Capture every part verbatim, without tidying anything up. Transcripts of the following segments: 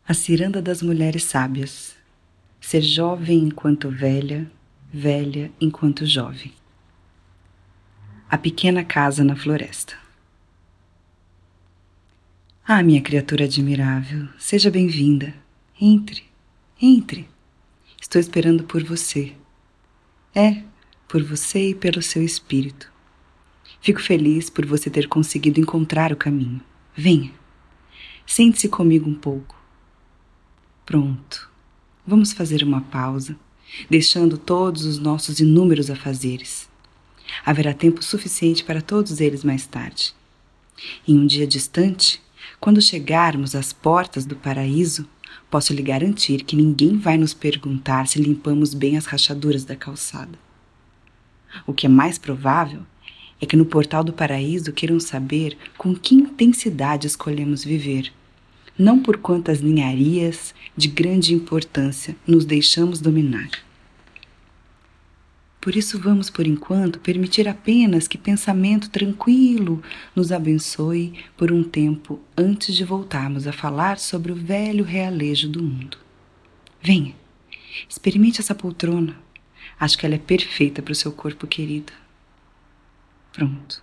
A ciranda das mulheres sábias. Ser jovem enquanto velha, velha enquanto jovem. A pequena casa na floresta. Ah, minha criatura admirável, seja bem-vinda. Entre, entre. Estou esperando por você. É, por você e pelo seu espírito. Fico feliz por você ter conseguido encontrar o caminho. Venha, sente-se comigo um pouco. Pronto, vamos fazer uma pausa, deixando todos os nossos inúmeros afazeres. Haverá tempo suficiente para todos eles mais tarde. Em um dia distante, quando chegarmos às portas do paraíso, posso lhe garantir que ninguém vai nos perguntar se limpamos bem as rachaduras da calçada. O que é mais provável é que no portal do paraíso queiram saber com que intensidade escolhemos viver, não por quantas ninharias de grande importância nos deixamos dominar. Por isso vamos, por enquanto, permitir apenas que pensamento tranquilo nos abençoe por um tempo antes de voltarmos a falar sobre o velho realejo do mundo. Venha, experimente essa poltrona. Acho que ela é perfeita para o seu corpo querido. Pronto.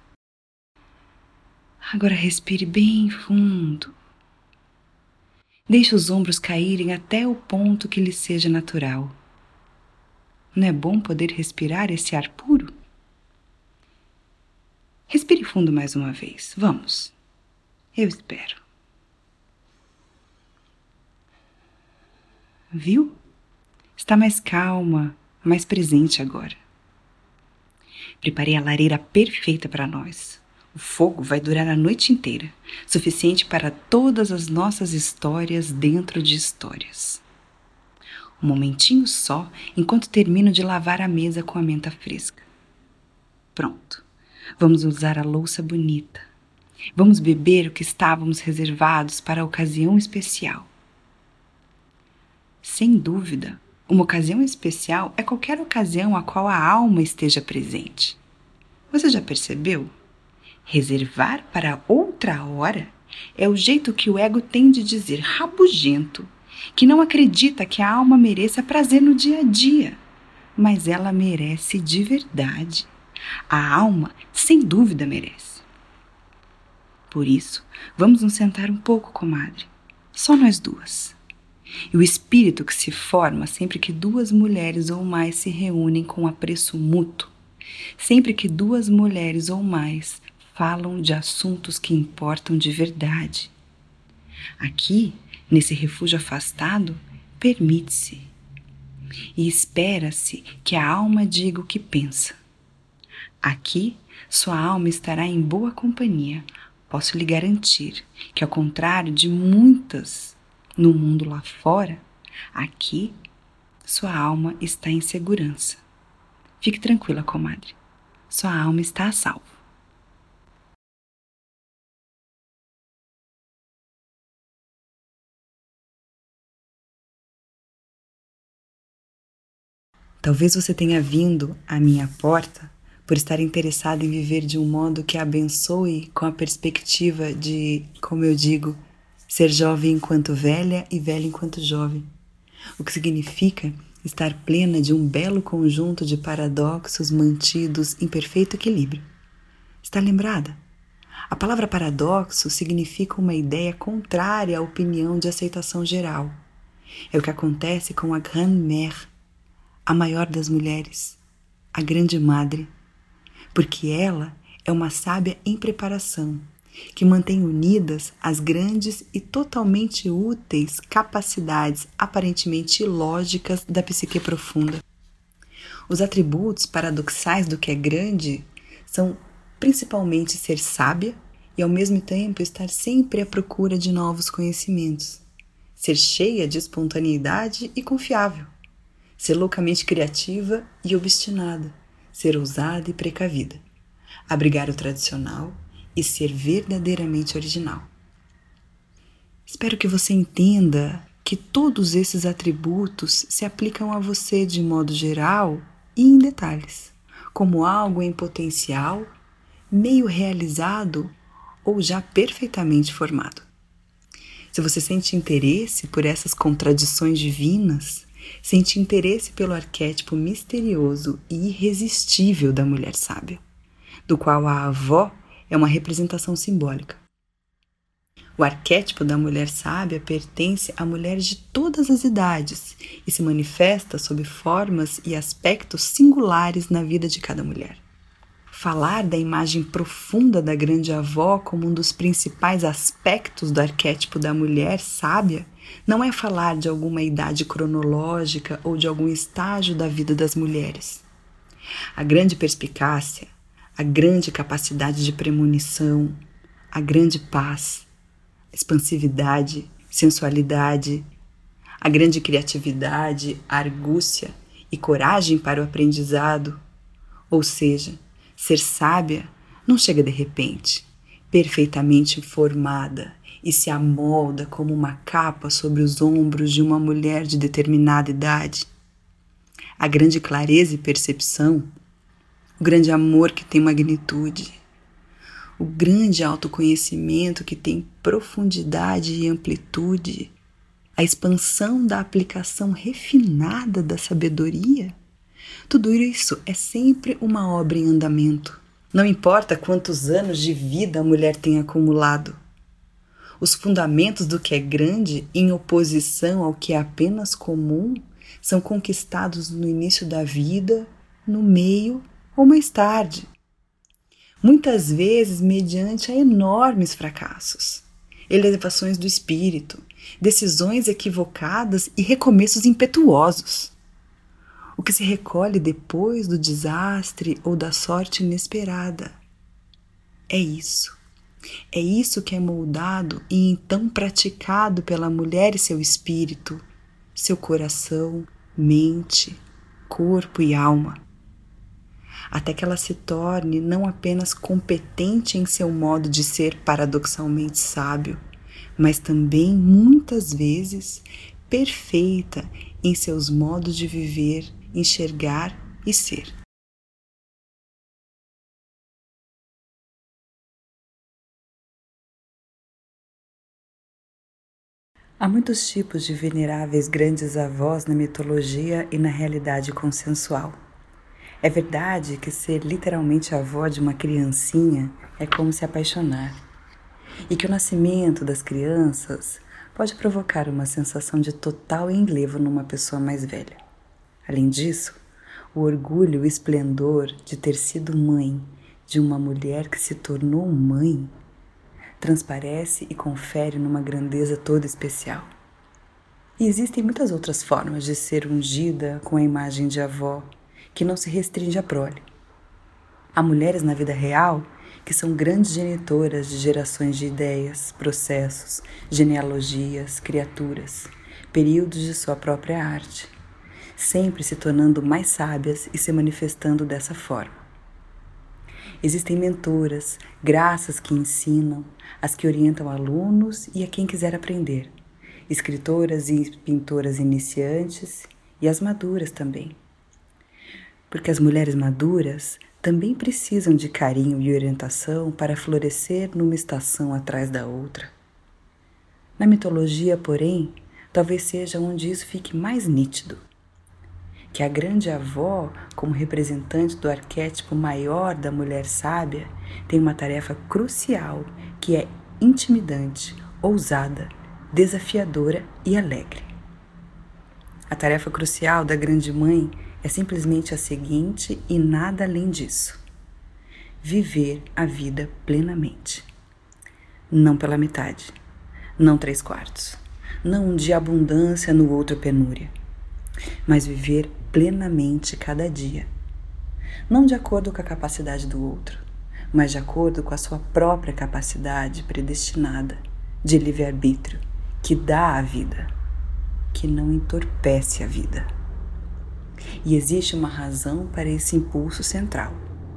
Agora respire bem fundo. Deixe os ombros caírem até o ponto que lhe seja natural. Não é bom poder respirar esse ar puro? Respire fundo mais uma vez. Vamos. Eu espero. Viu? Está mais calma, mais presente agora. Preparei a lareira perfeita para nós. O fogo vai durar a noite inteira, suficiente para todas as nossas histórias dentro de histórias. Um momentinho só, enquanto termino de lavar a mesa com a menta fresca. Pronto, vamos usar a louça bonita. Vamos beber o que estávamos reservados para a ocasião especial. Sem dúvida, uma ocasião especial é qualquer ocasião a qual a alma esteja presente. Você já percebeu? Reservar para outra hora é o jeito que o ego tem de dizer rabugento que não acredita que a alma mereça prazer no dia a dia, mas ela merece de verdade. A alma, sem dúvida, merece. Por isso, vamos nos sentar um pouco, comadre, só nós duas. E o espírito que se forma sempre que duas mulheres ou mais se reúnem com apreço mútuo, sempre que duas mulheres ou mais falam de assuntos que importam de verdade. Aqui, nesse refúgio afastado, permite-se e espera-se que a alma diga o que pensa. Aqui, sua alma estará em boa companhia. Posso lhe garantir que, ao contrário de muitas no mundo lá fora, aqui sua alma está em segurança. Fique tranquila, comadre. Sua alma está a salvo. Talvez você tenha vindo à minha porta por estar interessado em viver de um modo que a abençoe com a perspectiva de, como eu digo, ser jovem enquanto velha e velha enquanto jovem, o que significa estar plena de um belo conjunto de paradoxos mantidos em perfeito equilíbrio. Está lembrada? A palavra paradoxo significa uma ideia contrária à opinião de aceitação geral. É o que acontece com a Grande-Mère, a maior das mulheres, a Grande Madre, porque ela é uma sábia em preparação, que mantém unidas as grandes e totalmente úteis capacidades aparentemente ilógicas da psique profunda. Os atributos paradoxais do que é grande são principalmente ser sábia e ao mesmo tempo estar sempre à procura de novos conhecimentos, ser cheia de espontaneidade e confiável, ser loucamente criativa e obstinada, ser ousada e precavida, abrigar o tradicional e ser verdadeiramente original. Espero que você entenda que todos esses atributos se aplicam a você de modo geral e em detalhes, como algo em potencial, meio realizado ou já perfeitamente formado. Se você sente interesse por essas contradições divinas, sente interesse pelo arquétipo misterioso e irresistível da mulher sábia, do qual a avó é uma representação simbólica. O arquétipo da mulher sábia pertence a mulheres de todas as idades e se manifesta sob formas e aspectos singulares na vida de cada mulher. Falar da imagem profunda da grande avó como um dos principais aspectos do arquétipo da mulher sábia não é falar de alguma idade cronológica ou de algum estágio da vida das mulheres. A grande perspicácia, a grande capacidade de premonição, a grande paz, expansividade, sensualidade, a grande criatividade, argúcia e coragem para o aprendizado, ou seja, ser sábia não chega de repente, perfeitamente informada e se amolda como uma capa sobre os ombros de uma mulher de determinada idade. A grande clareza e percepção, o grande amor que tem magnitude, o grande autoconhecimento que tem profundidade e amplitude, a expansão da aplicação refinada da sabedoria, tudo isso é sempre uma obra em andamento. Não importa quantos anos de vida a mulher tem acumulado. Os fundamentos do que é grande, em oposição ao que é apenas comum, são conquistados no início da vida, no meio ou mais tarde. Muitas vezes mediante a enormes fracassos, elevações do espírito, decisões equivocadas e recomeços impetuosos. O que se recolhe depois do desastre ou da sorte inesperada. É isso. É isso que é moldado e então praticado pela mulher e seu espírito, seu coração, mente, corpo e alma, até que ela se torne não apenas competente em seu modo de ser paradoxalmente sábio, mas também, muitas vezes, perfeita em seus modos de viver, enxergar e ser. Há muitos tipos de veneráveis grandes avós na mitologia e na realidade consensual. É verdade que ser literalmente avó de uma criancinha é como se apaixonar, e que o nascimento das crianças pode provocar uma sensação de total enlevo numa pessoa mais velha. Além disso, o orgulho e o esplendor de ter sido mãe de uma mulher que se tornou mãe transparece e confere numa grandeza toda especial. E existem muitas outras formas de ser ungida com a imagem de avó, que não se restringe à prole. Há mulheres na vida real que são grandes genitoras de gerações de ideias, processos, genealogias, criaturas, períodos de sua própria arte, sempre se tornando mais sábias e se manifestando dessa forma. Existem mentoras, graças que ensinam, as que orientam alunos e a quem quiser aprender, escritoras e pintoras iniciantes e as maduras também. Porque as mulheres maduras também precisam de carinho e orientação para florescer numa estação atrás da outra. Na mitologia, porém, talvez seja onde isso fique mais nítido, que a grande avó, como representante do arquétipo maior da mulher sábia, tem uma tarefa crucial que é intimidante, ousada, desafiadora e alegre. A tarefa crucial da grande mãe é simplesmente a seguinte e nada além disso: viver a vida plenamente. Não pela metade, não três quartos, não um dia abundância, no outro penúria, mas viver plenamente cada dia, não de acordo com a capacidade do outro, mas de acordo com a sua própria capacidade predestinada de livre-arbítrio que dá a vida, que não entorpece a vida. E existe uma razão para esse impulso central.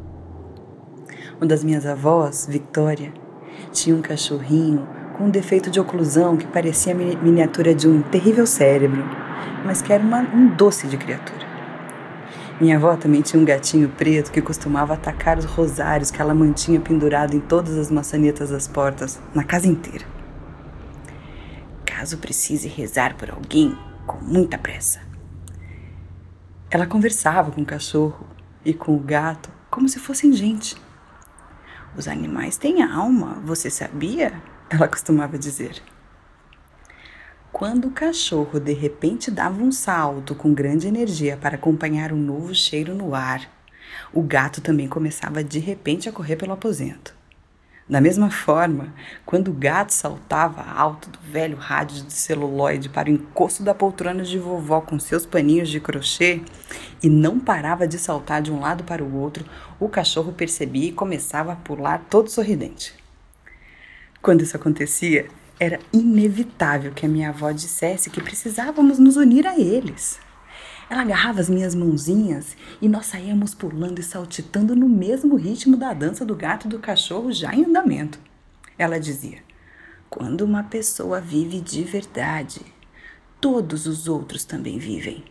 Uma das minhas avós, Victoria, tinha um cachorrinho com um defeito de oclusão que parecia a miniatura de um terrível cérebro, mas que era uma, um doce de criatura. Minha avó também tinha um gatinho preto que costumava atacar os rosários que ela mantinha pendurado em todas as maçanetas das portas, na casa inteira. caso precise rezar por alguém com muita pressa. Ela conversava com o cachorro e com o gato como se fossem gente. Os animais têm alma, você sabia? Ela costumava dizer. Quando o cachorro de repente dava um salto com grande energia para acompanhar um novo cheiro no ar, o gato também começava de repente a correr pelo aposento. Da mesma forma, quando o gato saltava alto do velho rádio de celuloide para o encosto da poltrona de vovó com seus paninhos de crochê e não parava de saltar de um lado para o outro, o cachorro percebia e começava a pular todo sorridente. Quando isso acontecia, era inevitável que a minha avó dissesse que precisávamos nos unir a eles. Ela agarrava as minhas mãozinhas e nós saíamos pulando e saltitando no mesmo ritmo da dança do gato e do cachorro já em andamento. Ela dizia: quando uma pessoa vive de verdade, todos os outros também vivem.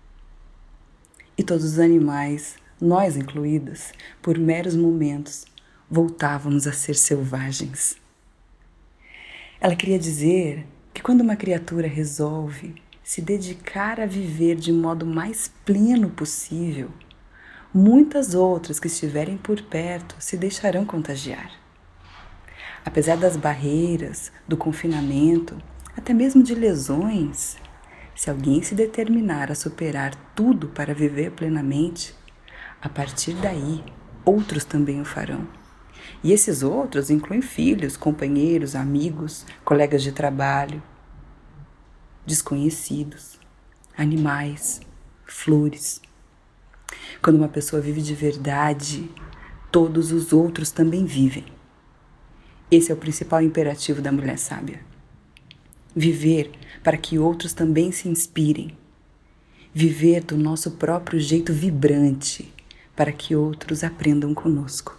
E todos os animais, nós incluídas, por meros momentos, voltávamos a ser selvagens. Ela queria dizer que quando uma criatura resolve se dedicar a viver de modo mais pleno possível, muitas outras que estiverem por perto se deixarão contagiar. Apesar das barreiras, do confinamento, até mesmo de lesões, se alguém se determinar a superar tudo para viver plenamente, a partir daí, outros também o farão. E esses outros incluem filhos, companheiros, amigos, colegas de trabalho, desconhecidos, animais, flores. Quando uma pessoa vive de verdade, todos os outros também vivem. Esse é o principal imperativo da mulher sábia. Viver para que outros também se inspirem. Viver do nosso próprio jeito vibrante, para que outros aprendam conosco.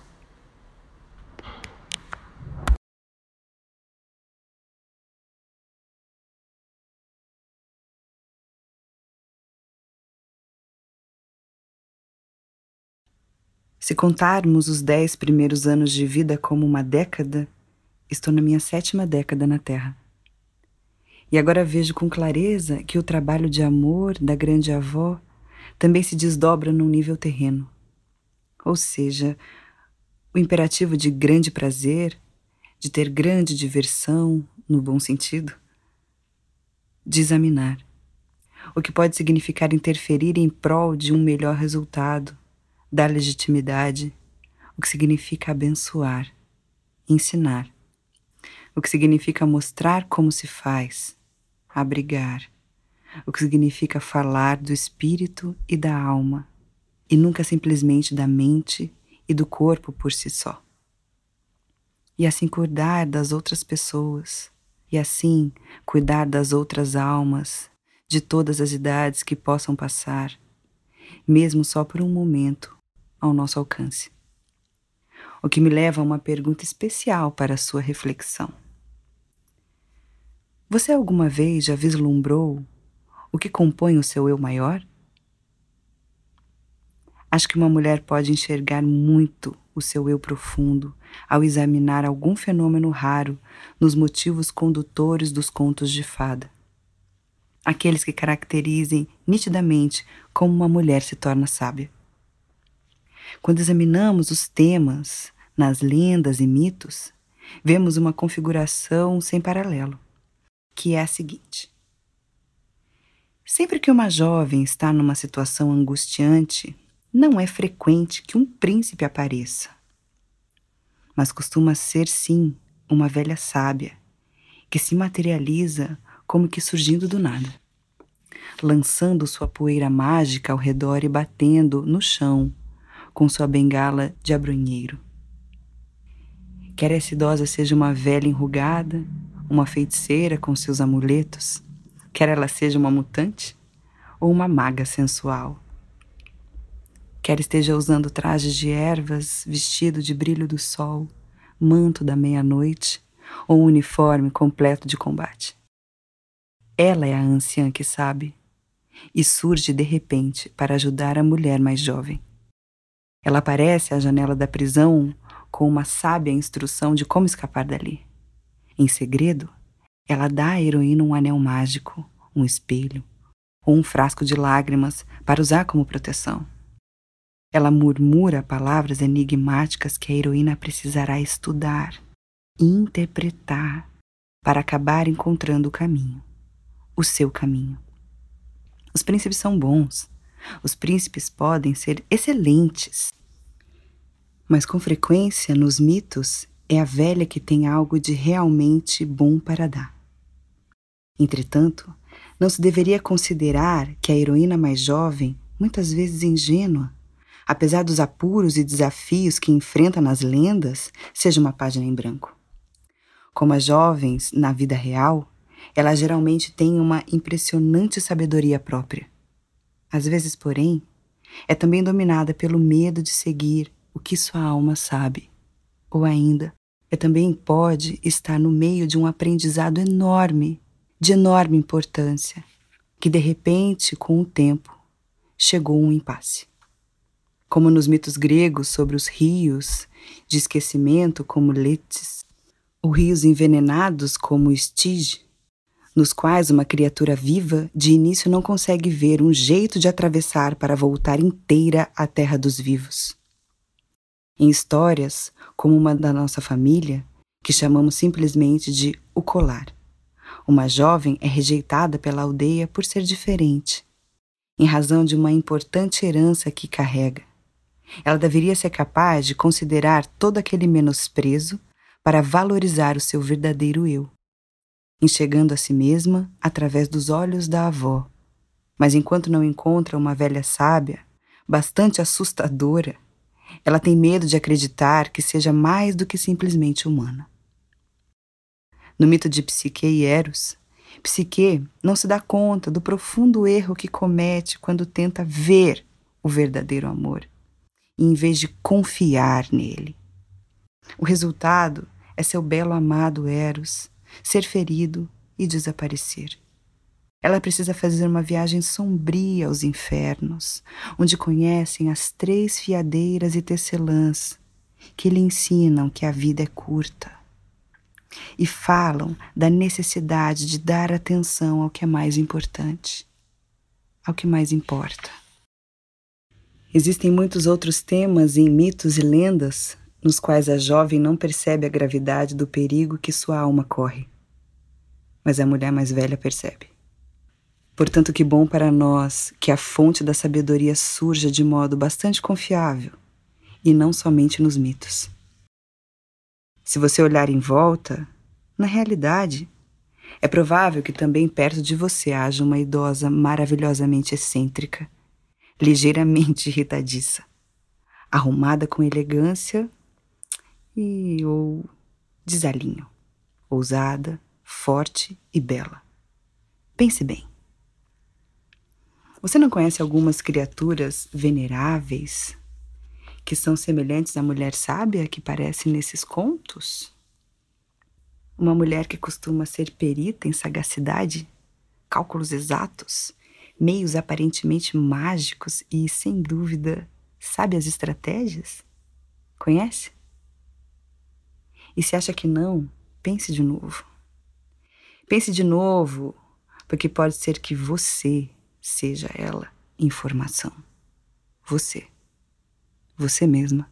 Se contarmos os dez primeiros anos de vida como uma década, estou na minha sétima década na Terra. E agora vejo com clareza que o trabalho de amor da grande avó também se desdobra num nível terreno. Ou seja, o imperativo de grande prazer, de ter grande diversão, no bom sentido, de examinar, o que pode significar interferir em prol de um melhor resultado, dar legitimidade, o que significa abençoar, ensinar, o que significa mostrar como se faz, abrigar, o que significa falar do espírito e da alma, e nunca simplesmente da mente e do corpo por si só. E assim cuidar das outras pessoas, e assim cuidar das outras almas, de todas as idades que possam passar, mesmo só por um momento, ao nosso alcance. O que me leva a uma pergunta especial para a sua reflexão. Você alguma vez já vislumbrou o que compõe o seu eu maior? Acho que uma mulher pode enxergar muito o seu eu profundo ao examinar algum fenômeno raro nos motivos condutores dos contos de fada. Aqueles que caracterizem nitidamente como uma mulher se torna sábia. Quando examinamos os temas nas lendas e mitos, vemos uma configuração sem paralelo, que é a seguinte. Sempre que uma jovem está numa situação angustiante, não é frequente que um príncipe apareça, mas costuma ser, sim, uma velha sábia, que se materializa como que surgindo do nada, lançando sua poeira mágica ao redor e batendo no chão, com sua bengala de abrunheiro. Quer essa idosa seja uma velha enrugada, uma feiticeira com seus amuletos, quer ela seja uma mutante ou uma maga sensual. Quer esteja usando trajes de ervas, vestido de brilho do sol, manto da meia-noite ou um uniforme completo de combate. Ela é a anciã que sabe e surge de repente para ajudar a mulher mais jovem. Ela aparece à janela da prisão com uma sábia instrução de como escapar dali. Em segredo, Ela dá à heroína um anel mágico, um espelho ou um frasco de lágrimas para usar como proteção. Ela murmura palavras enigmáticas que a heroína precisará estudar e interpretar para acabar encontrando o caminho, o seu caminho. Os príncipes são bons, os príncipes podem ser excelentes, mas com frequência nos mitos é a velha que tem algo de realmente bom para dar. Entretanto, não se deveria considerar que a heroína mais jovem, muitas vezes ingênua, apesar dos apuros e desafios que enfrenta nas lendas, seja uma página em branco. Como as jovens, na vida real, ela geralmente tem uma impressionante sabedoria própria. Às vezes, porém, é também dominada pelo medo de seguir o que sua alma sabe. Ou ainda, é também pode estar no meio de um aprendizado enorme, de enorme importância, que de repente, com o tempo, chegou um impasse. Como nos mitos gregos sobre os rios de esquecimento como Letes, ou rios envenenados como Estige, nos quais uma criatura viva de início não consegue ver um jeito de atravessar para voltar inteira à terra dos vivos. Em histórias, como uma da nossa família, que chamamos simplesmente de O Colar, uma jovem é rejeitada pela aldeia por ser diferente, em razão de uma importante herança que carrega. Ela deveria ser capaz de considerar todo aquele menosprezo para valorizar o seu verdadeiro eu, enxergando a si mesma através dos olhos da avó. Mas enquanto não encontra uma velha sábia, bastante assustadora, ela tem medo de acreditar que seja mais do que simplesmente humana. No mito de Psique e Eros, Psique não se dá conta do profundo erro que comete quando tenta ver o verdadeiro amor, em vez de confiar nele. O resultado é seu belo amado Eros ser ferido e desaparecer. Ela precisa fazer uma viagem sombria aos infernos, onde conhecem as três fiadeiras e tecelãs, que lhe ensinam que a vida é curta e falam da necessidade de dar atenção ao que é mais importante, ao que mais importa. Existem muitos outros temas em mitos e lendas nos quais a jovem não percebe a gravidade do perigo que sua alma corre, mas a mulher mais velha percebe. Portanto, que bom para nós que a fonte da sabedoria surja de modo bastante confiável e não somente nos mitos. Se você olhar em volta, na realidade, é provável que também perto de você haja uma idosa maravilhosamente excêntrica, ligeiramente irritadiça, arrumada com elegância e ou desalinho, ousada, forte e bela. Pense bem. Você não conhece algumas criaturas veneráveis que são semelhantes à mulher sábia que aparece nesses contos? Uma mulher que costuma ser perita em sagacidade, cálculos exatos, meios aparentemente mágicos e, sem dúvida, sabe as estratégias? Conhece? E se acha que não, pense de novo. Pense de novo, porque pode ser que você seja ela informação. Você. Você mesma.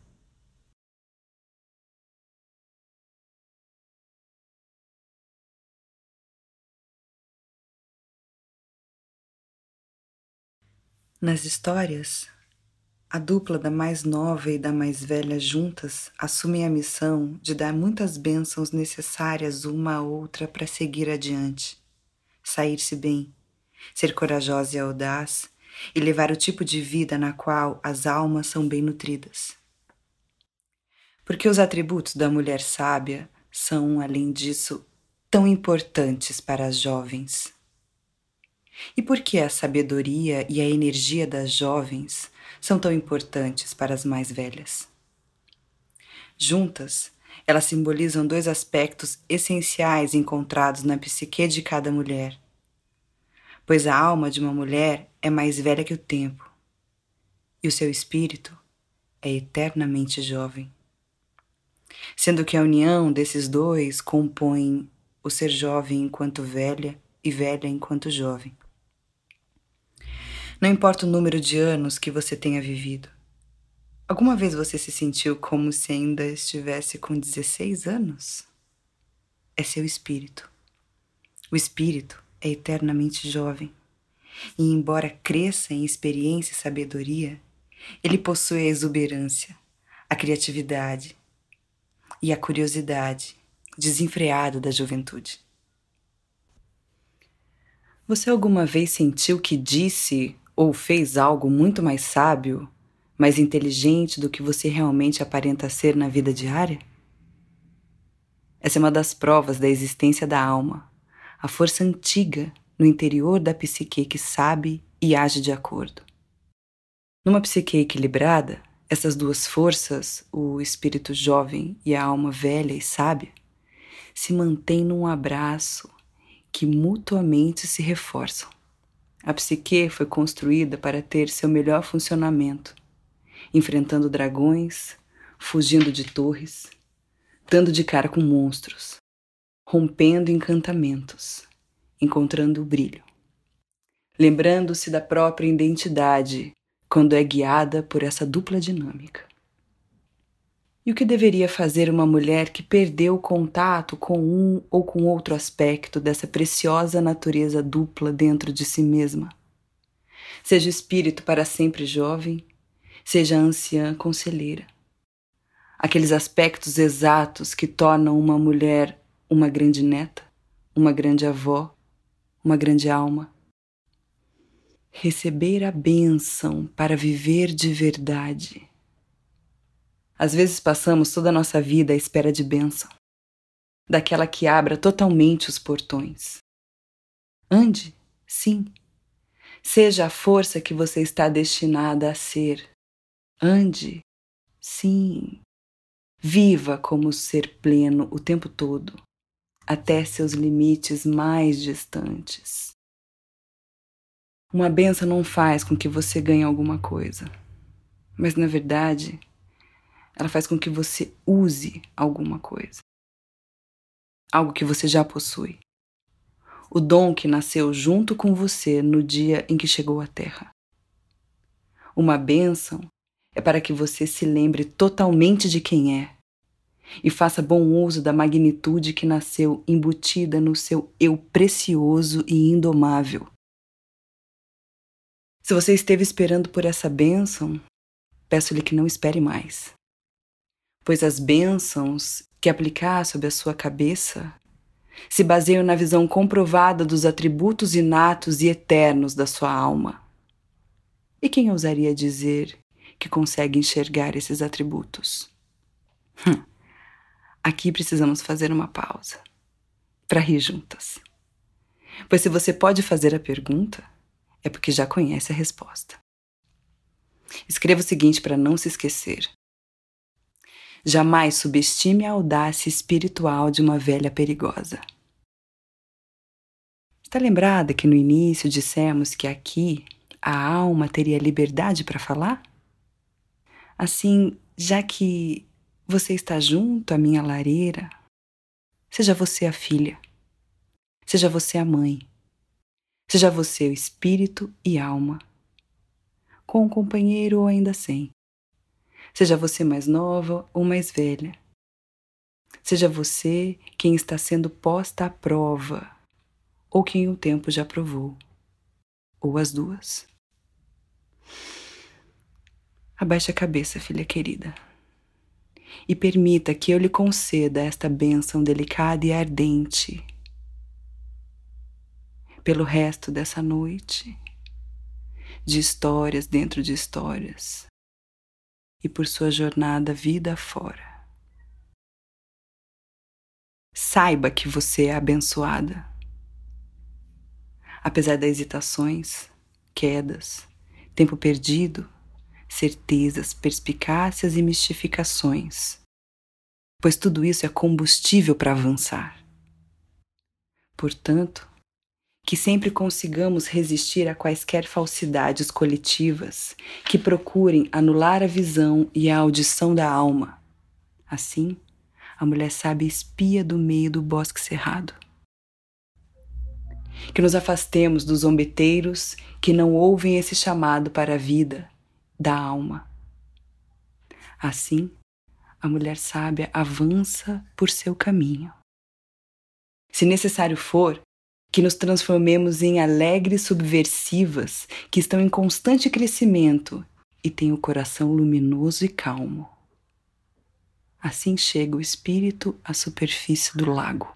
Nas histórias, a dupla da mais nova e da mais velha juntas assumem a missão de dar muitas bênçãos necessárias uma à outra para seguir adiante, sair-se bem, ser corajosa e audaz e levar o tipo de vida na qual as almas são bem nutridas. Porque os atributos da mulher sábia são, além disso, tão importantes para as jovens. E por que a sabedoria e a energia das jovens são tão importantes para as mais velhas? Juntas, elas simbolizam dois aspectos essenciais encontrados na psique de cada mulher. Pois a alma de uma mulher é mais velha que o tempo, e o seu espírito é eternamente jovem. Sendo que a união desses dois compõe o ser jovem enquanto velha e velha enquanto jovem. Não importa o número de anos que você tenha vivido. Alguma vez você se sentiu como se ainda estivesse com dezesseis anos? É seu espírito. O espírito é eternamente jovem. E embora cresça em experiência e sabedoria, ele possui a exuberância, a criatividade e a curiosidade desenfreada da juventude. Você alguma vez sentiu que disse ou fez algo muito mais sábio, mais inteligente do que você realmente aparenta ser na vida diária? Essa é uma das provas da existência da alma, a força antiga no interior da psique que sabe e age de acordo. Numa psique equilibrada, essas duas forças, o espírito jovem e a alma velha e sábia, se mantêm num abraço que mutuamente se reforçam. A psique foi construída para ter seu melhor funcionamento, enfrentando dragões, fugindo de torres, dando de cara com monstros, rompendo encantamentos, encontrando o brilho, lembrando-se da própria identidade quando é guiada por essa dupla dinâmica. E o que deveria fazer uma mulher que perdeu o contato com um ou com outro aspecto dessa preciosa natureza dupla dentro de si mesma? Seja o espírito para sempre jovem, seja a anciã conselheira. Aqueles aspectos exatos que tornam uma mulher uma grande neta, uma grande avó, uma grande alma. Receber a bênção para viver de verdade. Às vezes passamos toda a nossa vida à espera de bênção, daquela que abra totalmente os portões. Ande, sim. Seja a força que você está destinada a ser. Ande, sim. Viva como ser pleno o tempo todo, até seus limites mais distantes. Uma bênção não faz com que você ganhe alguma coisa, mas na verdade, ela faz com que você use alguma coisa. Algo que você já possui. O dom que nasceu junto com você no dia em que chegou à Terra. Uma bênção é para que você se lembre totalmente de quem é e faça bom uso da magnitude que nasceu embutida no seu eu precioso e indomável. Se você esteve esperando por essa bênção, peço-lhe que não espere mais, pois as bênçãos que aplicar sobre a sua cabeça se baseiam na visão comprovada dos atributos inatos e eternos da sua alma. E quem ousaria dizer que consegue enxergar esses atributos? Hum. Aqui precisamos fazer uma pausa para rir juntas. Pois se você pode fazer a pergunta, é porque já conhece a resposta. Escreva o seguinte para não se esquecer. Jamais subestime a audácia espiritual de uma velha perigosa. Está lembrada que no início dissemos que aqui a alma teria liberdade para falar? Assim, já que você está junto à minha lareira, seja você a filha, seja você a mãe, seja você o espírito e alma, com um companheiro ou ainda sem, seja você mais nova ou mais velha, seja você quem está sendo posta à prova ou quem o tempo já provou, ou as duas. Abaixe a cabeça, filha querida, e permita que eu lhe conceda esta bênção delicada e ardente pelo resto dessa noite, de histórias dentro de histórias, e por sua jornada vida fora. Saiba que você é abençoada. Apesar das hesitações, quedas, tempo perdido, certezas, perspicácias e mistificações, pois tudo isso é combustível para avançar. Portanto, que sempre consigamos resistir a quaisquer falsidades coletivas que procurem anular a visão e a audição da alma. Assim, a mulher sábia espia do meio do bosque cerrado, que nos afastemos dos zombeteiros que não ouvem esse chamado para a vida da alma. Assim, a mulher sábia avança por seu caminho. Se necessário for, que nos transformemos em alegres subversivas que estão em constante crescimento e têm o coração luminoso e calmo. Assim chega o espírito à superfície do lago.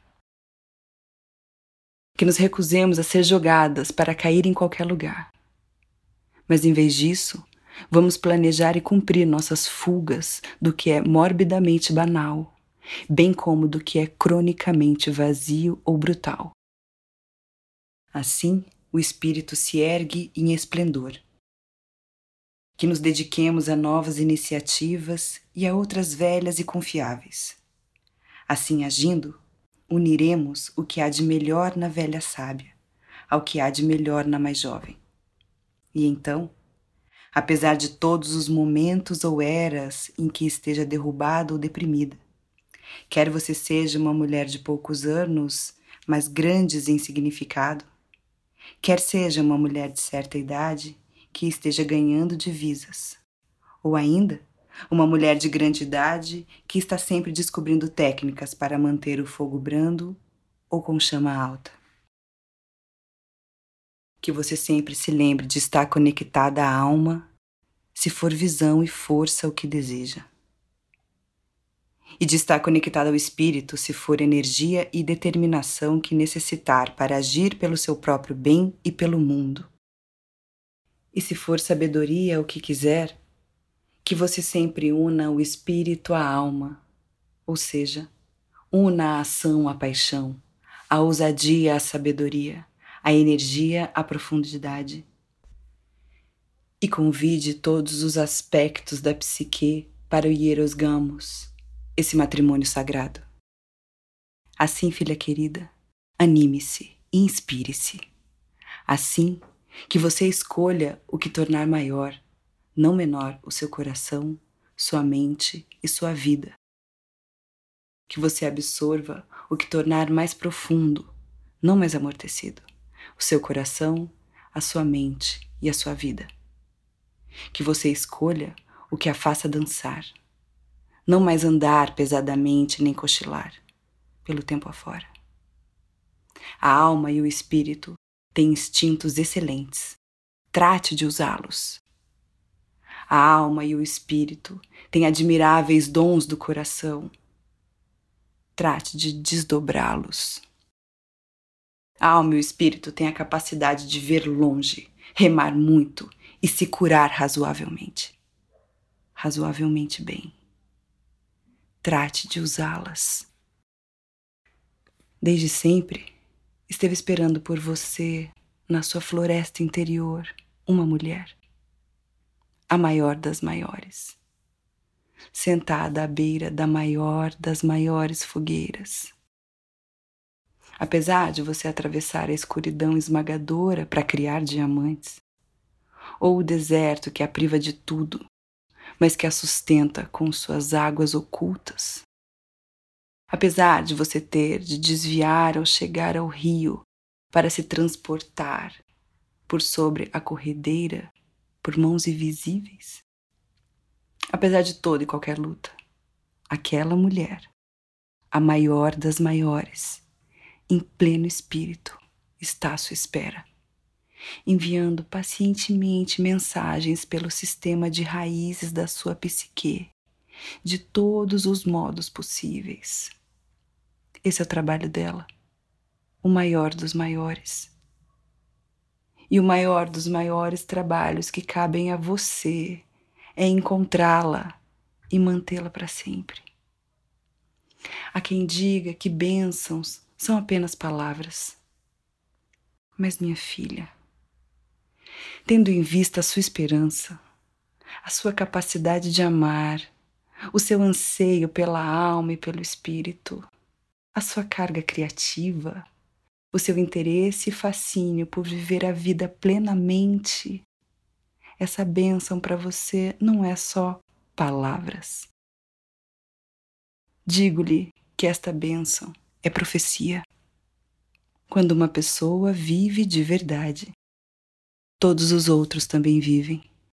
Que nos recusemos a ser jogadas para cair em qualquer lugar. Mas em vez disso, vamos planejar e cumprir nossas fugas do que é morbidamente banal, bem como do que é cronicamente vazio ou brutal. Assim, o espírito se ergue em esplendor. Que nos dediquemos a novas iniciativas e a outras velhas e confiáveis. Assim agindo, uniremos o que há de melhor na velha sábia ao que há de melhor na mais jovem. E então, apesar de todos os momentos ou eras em que esteja derrubada ou deprimida, quer você seja uma mulher de poucos anos, mas grandes em significado, quer seja uma mulher de certa idade que esteja ganhando divisas, ou ainda uma mulher de grande idade que está sempre descobrindo técnicas para manter o fogo brando ou com chama alta. Que você sempre se lembre de estar conectada à alma, se for visão e força o que deseja. E de estar conectada ao espírito, se for energia e determinação que necessitar para agir pelo seu próprio bem e pelo mundo. E se for sabedoria o que quiser, que você sempre una o espírito à alma, ou seja, una a ação à paixão, a ousadia à sabedoria, a energia à profundidade. E convide todos os aspectos da psique para o hieros gamos, esse matrimônio sagrado. Assim, filha querida, anime-se e inspire-se. Assim, que você escolha o que tornar maior, não menor, o seu coração, sua mente e sua vida. Que você absorva o que tornar mais profundo, não mais amortecido, o seu coração, a sua mente e a sua vida. Que você escolha o que a faça dançar, não mais andar pesadamente nem cochilar pelo tempo afora. A alma e o espírito têm instintos excelentes. Trate de usá-los. A alma e o espírito têm admiráveis dons do coração. Trate de desdobrá-los. A alma e o espírito têm a capacidade de ver longe, remar muito e se curar razoavelmente. Razoavelmente bem. Trate de usá-las. Desde sempre, esteve esperando por você, na sua floresta interior, uma mulher. A maior das maiores. Sentada à beira da maior das maiores fogueiras. Apesar de você atravessar a escuridão esmagadora para criar diamantes, ou o deserto que a priva de tudo, mas que a sustenta com suas águas ocultas. Apesar de você ter de desviar ao chegar ao rio para se transportar por sobre a corredeira por mãos invisíveis. Apesar de toda e qualquer luta, aquela mulher, a maior das maiores, em pleno espírito, está à sua espera, enviando pacientemente mensagens pelo sistema de raízes da sua psique, de todos os modos possíveis. Esse é o trabalho dela, o maior dos maiores. E o maior dos maiores trabalhos que cabem a você é encontrá-la e mantê-la para sempre. Há quem diga que bênçãos são apenas palavras. Mas, minha filha, tendo em vista a sua esperança, a sua capacidade de amar, o seu anseio pela alma e pelo espírito, a sua carga criativa, o seu interesse e fascínio por viver a vida plenamente, essa bênção para você não é só palavras. Digo-lhe que esta bênção é profecia. Quando uma pessoa vive de verdade, todos os outros também vivem.